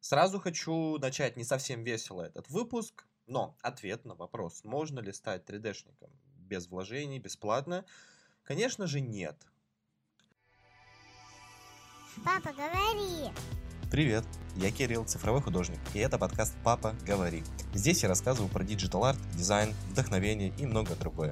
Сразу хочу начать не совсем весело этот выпуск, но ответ на вопрос, можно ли стать 3D-шником без вложений, бесплатно, конечно же, нет. Папа, говори! Привет, я Кирилл, цифровой художник, и это подкаст «Папа, говори». Здесь я рассказываю про диджитал-арт, дизайн, вдохновение и многое другое.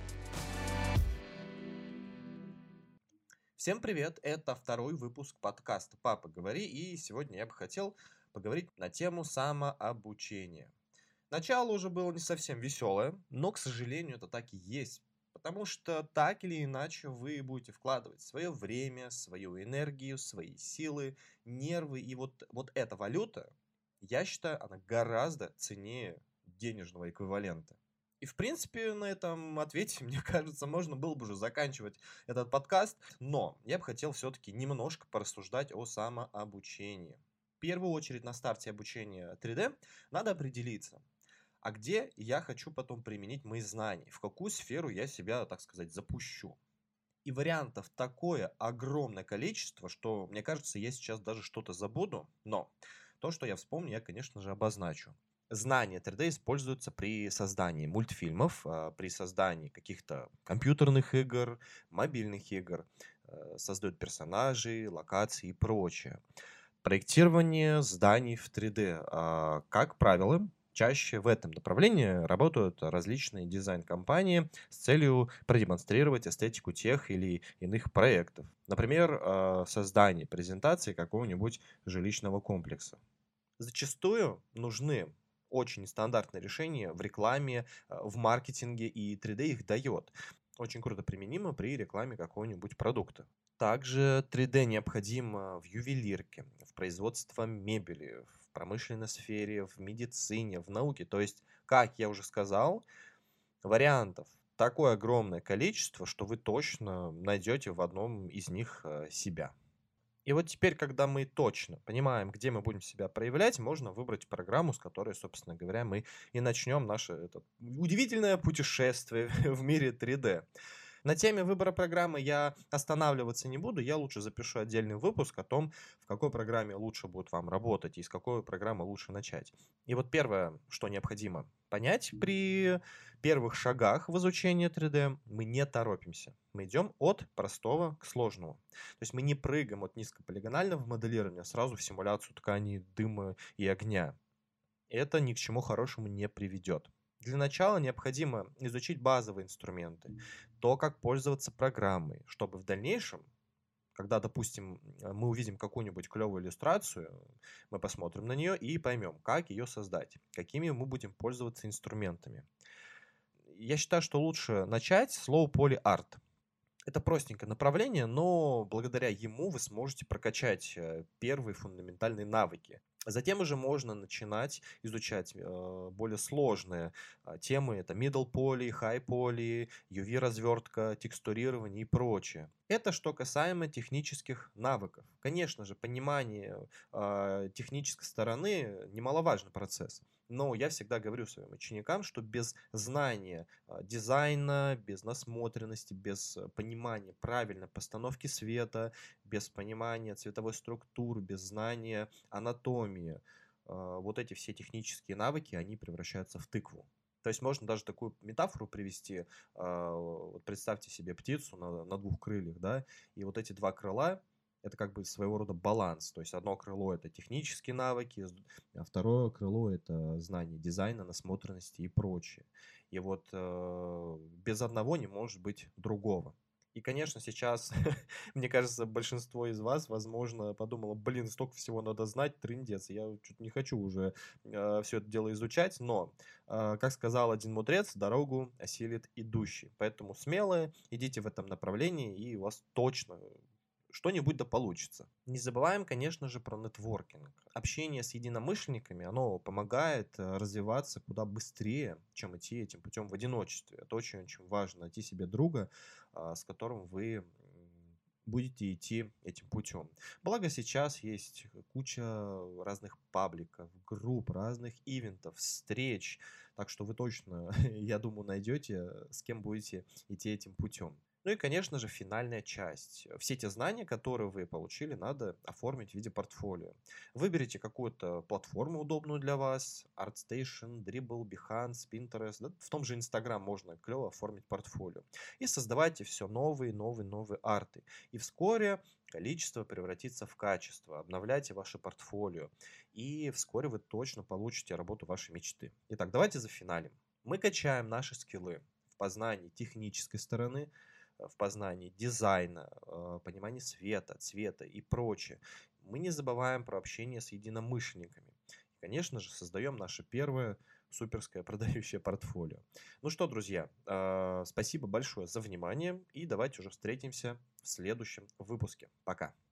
Всем привет, это второй выпуск подкаста «Папа, говори», и сегодня я бы хотел поговорить на тему самообучения. Начало уже было не совсем веселое, но, к сожалению, это так и есть. Потому что так или иначе вы будете вкладывать свое время, свою энергию, свои силы, нервы. И вот эта валюта, я считаю, она гораздо ценнее денежного эквивалента. И, в принципе, на этом ответе, мне кажется, можно было бы уже заканчивать этот подкаст. Но я бы хотел все-таки немножко порассуждать о самообучении. В первую очередь на старте обучения 3D надо определиться, а где я хочу потом применить мои знания, в какую сферу я себя, так сказать, запущу. И вариантов такое огромное количество, что, мне кажется, я сейчас даже что-то забуду, но то, что я вспомню, я, конечно же, обозначу. Знания 3D используются при создании мультфильмов, при создании каких-то компьютерных игр, мобильных игр, создают персонажей, локации и прочее. Проектирование зданий в 3D. Как правило, чаще в этом направлении работают различные дизайн-компании с целью продемонстрировать эстетику тех или иных проектов. Например, создание презентации какого-нибудь жилищного комплекса. Зачастую нужны очень нестандартные решения в рекламе, в маркетинге, и 3D их дает. Очень круто применимо при рекламе какого-нибудь продукта. Также 3D необходимо в ювелирке, в производстве мебели, в промышленной сфере, в медицине, в науке. То есть, как я уже сказал, вариантов такое огромное количество, что вы точно найдете в одном из них себя. И вот теперь, когда мы точно понимаем, где мы будем себя проявлять, можно выбрать программу, с которой, собственно говоря, мы и начнем наше удивительное путешествие в мире 3D. На теме выбора программы я останавливаться не буду, я лучше запишу отдельный выпуск о том, в какой программе лучше будет вам работать и с какой программы лучше начать. И вот первое, что необходимо понять при первых шагах в изучении 3D, мы не торопимся. Мы идем от простого к сложному. То есть мы не прыгаем от низкополигонального моделирования сразу в симуляцию тканей, дыма и огня. Это ни к чему хорошему не приведет. Для начала необходимо изучить базовые инструменты, то, как пользоваться программой, чтобы в дальнейшем, когда, допустим, мы увидим какую-нибудь клевую иллюстрацию, мы посмотрим на нее и поймем, как ее создать, какими мы будем пользоваться инструментами. Я считаю, что лучше начать с Low Poly Art. Это простенькое направление, но благодаря ему вы сможете прокачать первые фундаментальные навыки. Затем уже можно начинать изучать более сложные темы. Это middle poly, high poly, UV-развертка, текстурирование и прочее. Это что касаемо технических навыков. Конечно же, понимание технической стороны немаловажный процесс. Но я всегда говорю своим ученикам, что без знания дизайна, без насмотренности, без понимания правильной постановки света, без понимания цветовой структуры, без знания анатомии, вот эти все технические навыки, они превращаются в тыкву. То есть можно даже такую метафору привести. Вот представьте себе птицу на двух крыльях, да, и вот эти два крыла, это как бы своего рода баланс. То есть одно крыло это технические навыки, а второе крыло это знание дизайна, насмотренности и прочее. И вот без одного не может быть другого. И, конечно, сейчас, мне кажется, большинство из вас, возможно, подумало, блин, столько всего надо знать, трындец, я чуть не хочу уже все это дело изучать, но, как сказал один мудрец, дорогу осилит идущий. Поэтому смело идите в этом направлении, и у вас точно что-нибудь да получится. Не забываем, конечно же, про нетворкинг. Общение с единомышленниками, оно помогает развиваться куда быстрее, чем идти этим путем в одиночестве. Это очень-очень важно, найти себе друга, с которым вы будете идти этим путем. Благо сейчас есть куча разных пабликов, групп, разных ивентов, встреч, так что вы точно, я думаю, найдете, с кем будете идти этим путем. Ну и, конечно же, финальная часть. Все те знания, которые вы получили, надо оформить в виде портфолио. Выберите какую-то платформу удобную для вас. ArtStation, Dribbble, Behance, Pinterest. Да, в том же Instagram можно клево оформить портфолио. И создавайте все новые арты. И вскоре количество превратится в качество. Обновляйте ваше портфолио. И вскоре вы точно получите работу вашей мечты. Итак, давайте зафиналим. Мы качаем наши скиллы в познании технической стороны, в познании дизайна, понимании света, цвета и прочее. Мы не забываем про общение с единомышленниками. И, конечно же, создаем наше первое суперское продающее портфолио. Ну что, друзья, спасибо большое за внимание, и давайте уже встретимся в следующем выпуске. Пока!